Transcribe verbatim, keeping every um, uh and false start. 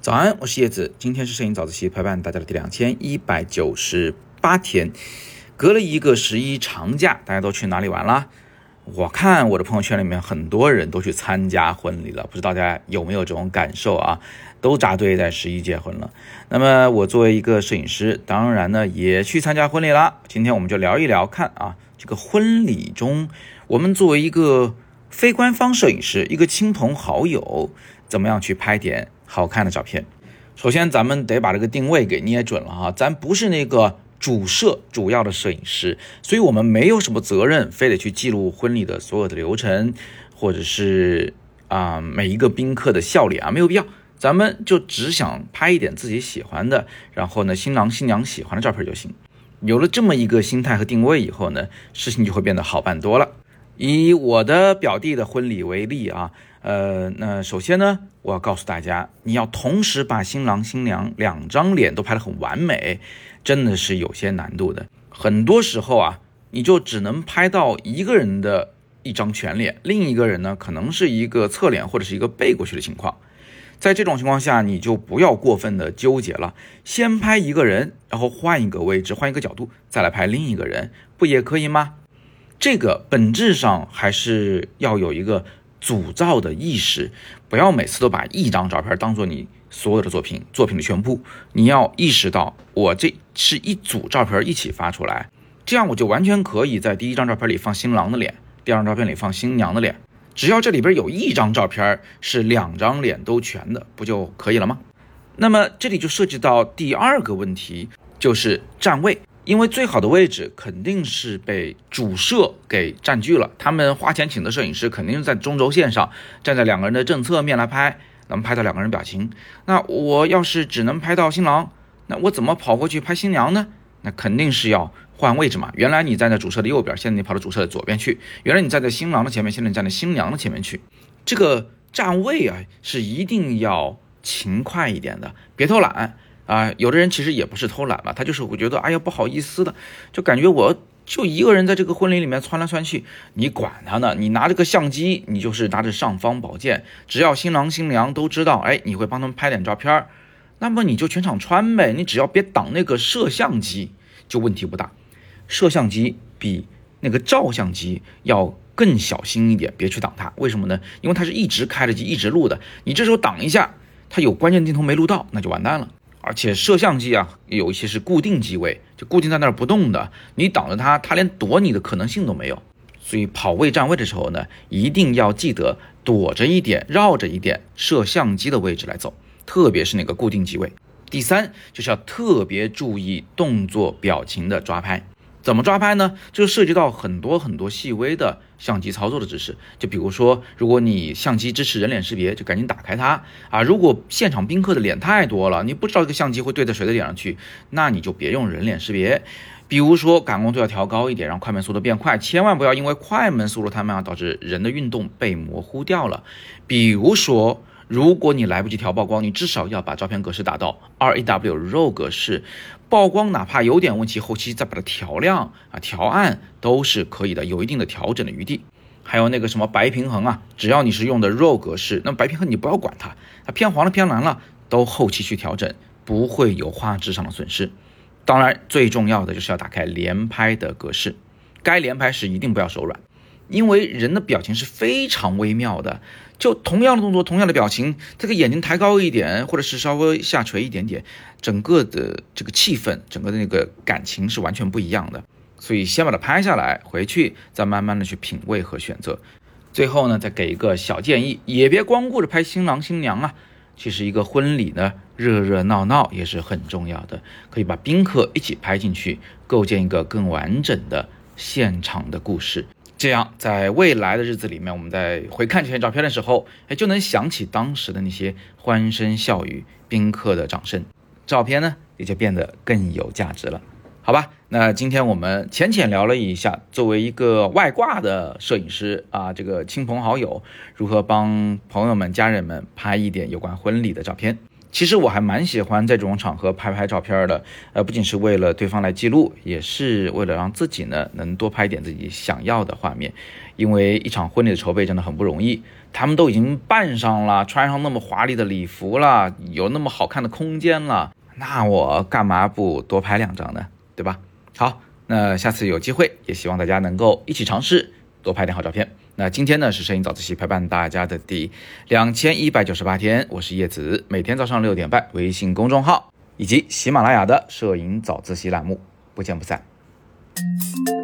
早安，我是叶子，今天是摄影早自习陪伴大家的第两千一百九十八天，隔了一个十一长假，大家都去哪里玩啦？我看我的朋友圈里面很多人都去参加婚礼了，不知道大家有没有这种感受啊？都扎堆在十一结婚了。那么我作为一个摄影师，当然呢也去参加婚礼了。今天我们就聊一聊看啊，这个婚礼中，我们作为一个非官方摄影师，一个亲朋好友，怎么样去拍点好看的照片。首先咱们得把这个定位给捏准了哈，咱不是那个主摄主要的摄影师，所以我们没有什么责任非得去记录婚礼的所有的流程，或者是啊、呃、每一个宾客的笑脸啊，没有必要。咱们就只想拍一点自己喜欢的，然后呢新郎新娘喜欢的照片就行。有了这么一个心态和定位以后呢，事情就会变得好办多了。以我的表弟的婚礼为例啊，呃，那首先呢，我要告诉大家，你要同时把新郎新娘两张脸都拍得很完美，真的是有些难度的。很多时候啊，你就只能拍到一个人的一张全脸，另一个人呢，可能是一个侧脸或者是一个背过去的情况。在这种情况下，你就不要过分的纠结了，先拍一个人，然后换一个位置，换一个角度，再来拍另一个人，不也可以吗？这个本质上还是要有一个组造的意识，不要每次都把一张照片当做你所有的作品作品的全部，你要意识到我这是一组照片一起发出来，这样我就完全可以在第一张照片里放新郎的脸，第二张照片里放新娘的脸，只要这里边有一张照片是两张脸都全的，不就可以了吗？那么这里就涉及到第二个问题，就是站位。因为最好的位置肯定是被主摄给占据了，他们花钱请的摄影师肯定是在中轴线上，站在两个人的正侧面来拍，能拍到两个人表情。那我要是只能拍到新郎，那我怎么跑过去拍新娘呢？那肯定是要换位置嘛。原来你站在主摄的右边，现在你跑到主摄的左边去；原来你站在新郎的前面，现在你站在新娘的前面去。这个站位啊，是一定要勤快一点的，别偷懒。啊，有的人其实也不是偷懒了，他就是会觉得哎呀不好意思的，就感觉我就一个人在这个婚礼里面窜来窜去，你管他呢？你拿这个相机，你就是拿着尚方宝剑，只要新郎新娘都知道，哎，你会帮他们拍点照片，那么你就全场穿呗，你只要别挡那个摄像机，就问题不大。摄像机比那个照相机要更小心一点，别去挡它。为什么呢？因为它是一直开着机，一直录的，你这时候挡一下，它有关键镜头没录到，那就完蛋了。而且摄像机啊，有一些是固定机位，就固定在那儿不动的，你挡着它，它连躲你的可能性都没有。所以跑位站位的时候呢，一定要记得躲着一点，绕着一点摄像机的位置来走，特别是那个固定机位。第三，就是要特别注意动作表情的抓拍。怎么抓拍呢？就涉及到很多很多细微的相机操作的知识。就比如说，如果你相机支持人脸识别，就赶紧打开它啊。如果现场宾客的脸太多了，你不知道这个相机会对在谁的脸上去，那你就别用人脸识别。比如说感光度要调高一点，让快门速度变快，千万不要因为快门速度太慢导致人的运动被模糊掉了。比如说，如果你来不及调曝光，你至少要把照片格式打到 R A W RAW 格式，曝光哪怕有点问题，后期再把它调亮啊、调暗都是可以的，有一定的调整的余地。还有那个什么白平衡啊，只要你是用的 RAW 格式，那白平衡你不要管它，它偏黄了偏蓝了，都后期去调整，不会有画质上的损失。当然，最重要的就是要打开连拍的格式，该连拍时一定不要手软。因为人的表情是非常微妙的，就同样的动作，同样的表情，这个眼睛抬高一点，或者是稍微下垂一点点，整个的这个气氛，整个的那个感情是完全不一样的。所以先把它拍下来，回去再慢慢的去品味和选择。最后呢，再给一个小建议，也别光顾着拍新郎新娘啊。其实一个婚礼呢，热热闹闹也是很重要的，可以把宾客一起拍进去，构建一个更完整的现场的故事。这样在未来的日子里面，我们在回看这些照片的时候，哎，就能想起当时的那些欢声笑语、宾客的掌声，照片呢也就变得更有价值了。好吧，那今天我们浅浅聊了一下，作为一个外挂的摄影师啊，这个亲朋好友如何帮朋友们、家人们拍一点有关婚礼的照片。其实我还蛮喜欢在这种场合拍拍照片的，呃，不仅是为了对方来记录，也是为了让自己呢能多拍一点自己想要的画面。因为一场婚礼的筹备真的很不容易， 他们都已经扮上了，穿上那么华丽的礼服了，有那么好看的空间了，那我干嘛不多拍两张呢？对吧？好，那下次有机会也希望大家能够一起尝试多拍点好照片。那今天呢是摄影早自习陪伴大家的第两千一百九十八天，我是叶子，每天早上六点半，微信公众号以及喜马拉雅的摄影早自习栏目，不见不散。